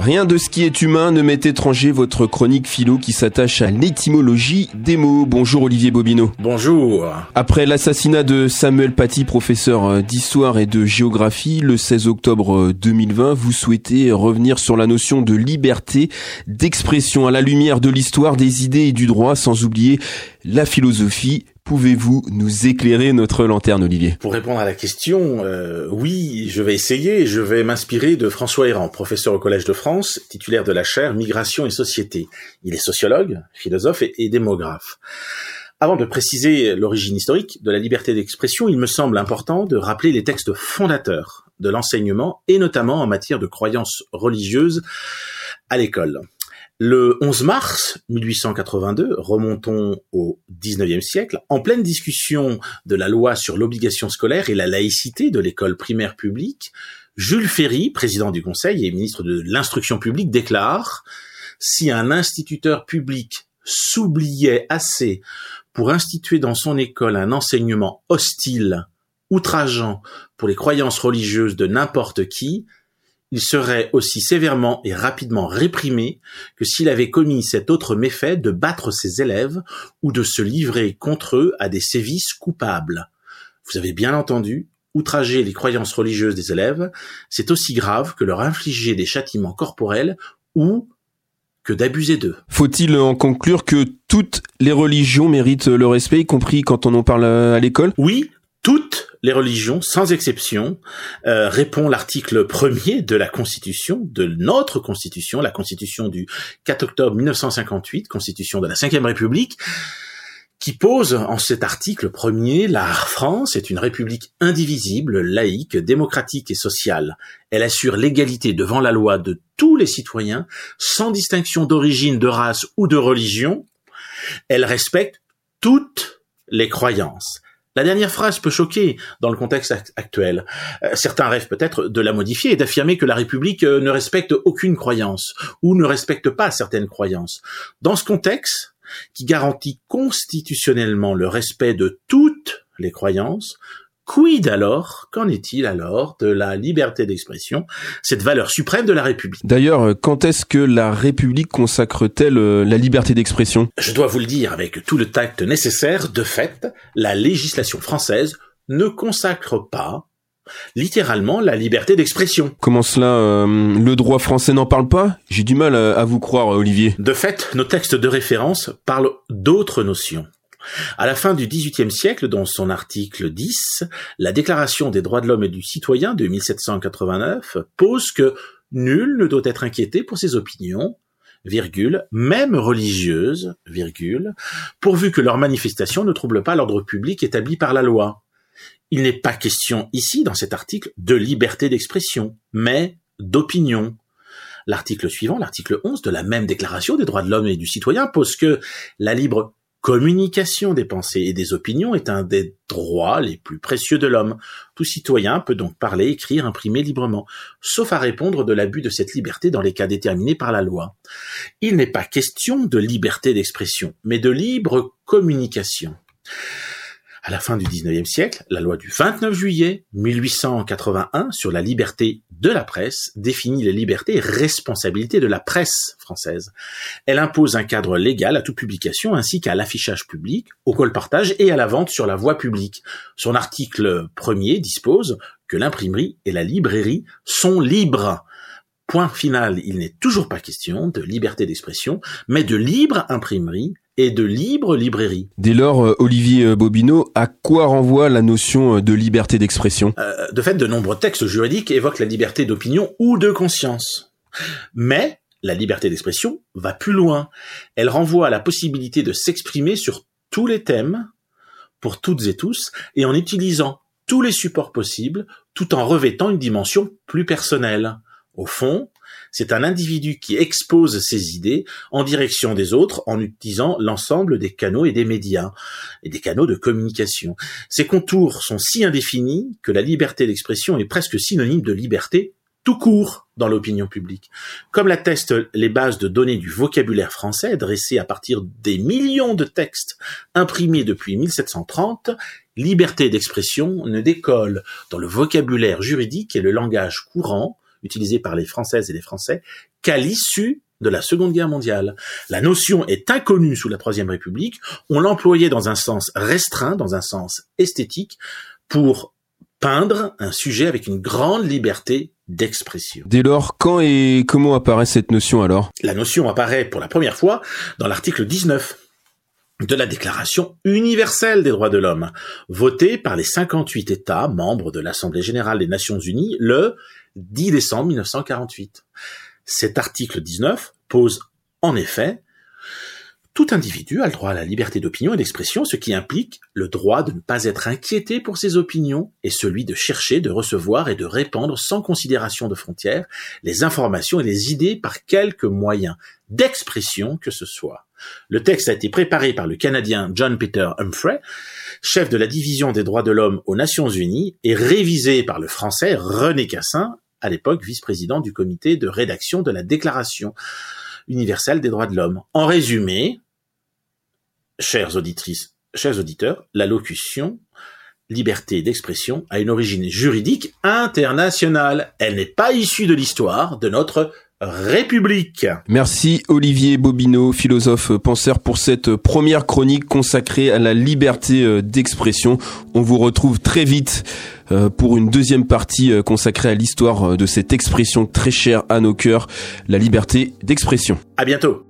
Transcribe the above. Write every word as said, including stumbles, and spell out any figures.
Rien de ce qui est humain ne m'est étranger, votre chronique philo qui s'attache à l'étymologie des mots. Bonjour Olivier Bobineau. Bonjour. Après l'assassinat de Samuel Paty, professeur d'histoire et de géographie, le seize octobre deux mille vingt, vous souhaitez revenir sur la notion de liberté d'expression à la lumière de l'histoire, des idées et du droit, sans oublier la philosophie. Pouvez-vous nous éclairer notre lanterne, Olivier ? Pour répondre à la question, euh, oui, je vais essayer. Je vais m'inspirer de François Héran, professeur au Collège de France, titulaire de la chaire Migration et Société. Il est sociologue, philosophe et, et démographe. Avant de préciser l'origine historique de la liberté d'expression, il me semble important de rappeler les textes fondateurs de l'enseignement, et notamment en matière de croyances religieuses à l'école. Le onze mars mille huit cent quatre-vingt-deux, remontons au dix-neuvième siècle, en pleine discussion de la loi sur l'obligation scolaire et la laïcité de l'école primaire publique, Jules Ferry, président du Conseil et ministre de l'Instruction publique, déclare « Si un instituteur public s'oubliait assez pour instituer dans son école un enseignement hostile, outrageant pour les croyances religieuses de n'importe qui, il serait aussi sévèrement et rapidement réprimé que s'il avait commis cet autre méfait de battre ses élèves ou de se livrer contre eux à des sévices coupables. » Vous avez bien entendu, outrager les croyances religieuses des élèves, c'est aussi grave que leur infliger des châtiments corporels ou que d'abuser d'eux. Faut-il en conclure que toutes les religions méritent le respect, y compris quand on en parle à l'école ? Oui, toutes les religions, sans exception, euh, répond l'article premier de la Constitution, de notre Constitution, la Constitution du quatre octobre mille neuf cent cinquante-huit, Constitution de la cinquième République, qui pose en cet article premier, la France est une république indivisible, laïque, démocratique et sociale. Elle assure l'égalité devant la loi de tous les citoyens, sans distinction d'origine, de race ou de religion. Elle respecte toutes les croyances. La dernière phrase peut choquer dans le contexte actuel. Euh, certains rêvent peut-être de la modifier et d'affirmer que la République euh, ne respecte aucune croyance ou ne respecte pas certaines croyances. Dans ce contexte, qui garantit constitutionnellement le respect de toutes les croyances, quid alors, qu'en est-il alors de la liberté d'expression, cette valeur suprême de la République ? D'ailleurs, quand est-ce que la République consacre-t-elle la liberté d'expression ? Je dois vous le dire avec tout le tact nécessaire, de fait, la législation française ne consacre pas littéralement la liberté d'expression. Comment cela, euh, le droit français n'en parle pas ? J'ai du mal à, à vous croire, Olivier. De fait, nos textes de référence parlent d'autres notions. À la fin du dix-huitième siècle, dans son article dix, la Déclaration des droits de l'homme et du citoyen de mille sept cent quatre-vingt-neuf pose que nul ne doit être inquiété pour ses opinions, virgule, même religieuses, virgule, pourvu que leurs manifestations ne troublent pas l'ordre public établi par la loi. Il n'est pas question ici, dans cet article, de liberté d'expression, mais d'opinion. L'article suivant, l'article onze de la même Déclaration des droits de l'homme et du citoyen pose que la libre communication des pensées et des opinions est un des droits les plus précieux de l'homme. Tout citoyen peut donc parler, écrire, imprimer librement, sauf à répondre de l'abus de cette liberté dans les cas déterminés par la loi. Il n'est pas question de liberté d'expression, mais de libre communication. À la fin du dix-neuvième siècle, la loi du vingt-neuf juillet mille huit cent quatre-vingt-un sur la liberté de la presse définit les libertés et responsabilités de la presse française. Elle impose un cadre légal à toute publication ainsi qu'à l'affichage public, au colportage et à la vente sur la voie publique. Son article premier dispose que l'imprimerie et la librairie sont libres. Point final, il n'est toujours pas question de liberté d'expression, mais de libre imprimerie et de libre librairie. Dès lors, Olivier Bobineau, à quoi renvoie la notion de liberté d'expression ? euh, De fait, de nombreux textes juridiques évoquent la liberté d'opinion ou de conscience. Mais la liberté d'expression va plus loin. Elle renvoie à la possibilité de s'exprimer sur tous les thèmes, pour toutes et tous, et en utilisant tous les supports possibles, tout en revêtant une dimension plus personnelle. Au fond, c'est un individu qui expose ses idées en direction des autres en utilisant l'ensemble des canaux et des médias, et des canaux de communication. Ces contours sont si indéfinis que la liberté d'expression est presque synonyme de liberté tout court dans l'opinion publique. Comme l'attestent les bases de données du vocabulaire français dressées à partir des millions de textes imprimés depuis mille sept cent trente, liberté d'expression ne décolle dans le vocabulaire juridique et le langage courant utilisée par les Françaises et les Français qu'à l'issue de la Seconde Guerre mondiale. La notion est inconnue sous la Troisième République. On l'employait dans un sens restreint, dans un sens esthétique, pour peindre un sujet avec une grande liberté d'expression. Dès lors, quand et comment apparaît cette notion alors ? La notion apparaît pour la première fois dans l'article dix-neuf de la Déclaration universelle des droits de l'homme, votée par les cinquante-huit États membres de l'Assemblée générale des Nations unies le dix décembre mille neuf cent quarante-huit. Cet article dix-neuf pose en effet: tout individu a le droit à la liberté d'opinion et d'expression, ce qui implique le droit de ne pas être inquiété pour ses opinions et celui de chercher, de recevoir et de répandre sans considération de frontières les informations et les idées par quelque moyen d'expression que ce soit. Le texte a été préparé par le Canadien John Peter Humphrey, chef de la division des droits de l'homme aux Nations unies, et révisé par le Français René Cassin, à l'époque vice-président du comité de rédaction de la Déclaration universelle des droits de l'homme. En résumé, chères auditrices, chers auditeurs, la locution liberté d'expression a une origine juridique internationale. Elle n'est pas issue de l'histoire de notre République. Merci Olivier Bobineau, philosophe penseur, pour cette première chronique consacrée à la liberté d'expression. On vous retrouve très vite pour une deuxième partie consacrée à l'histoire de cette expression très chère à nos cœurs, la liberté d'expression. À bientôt.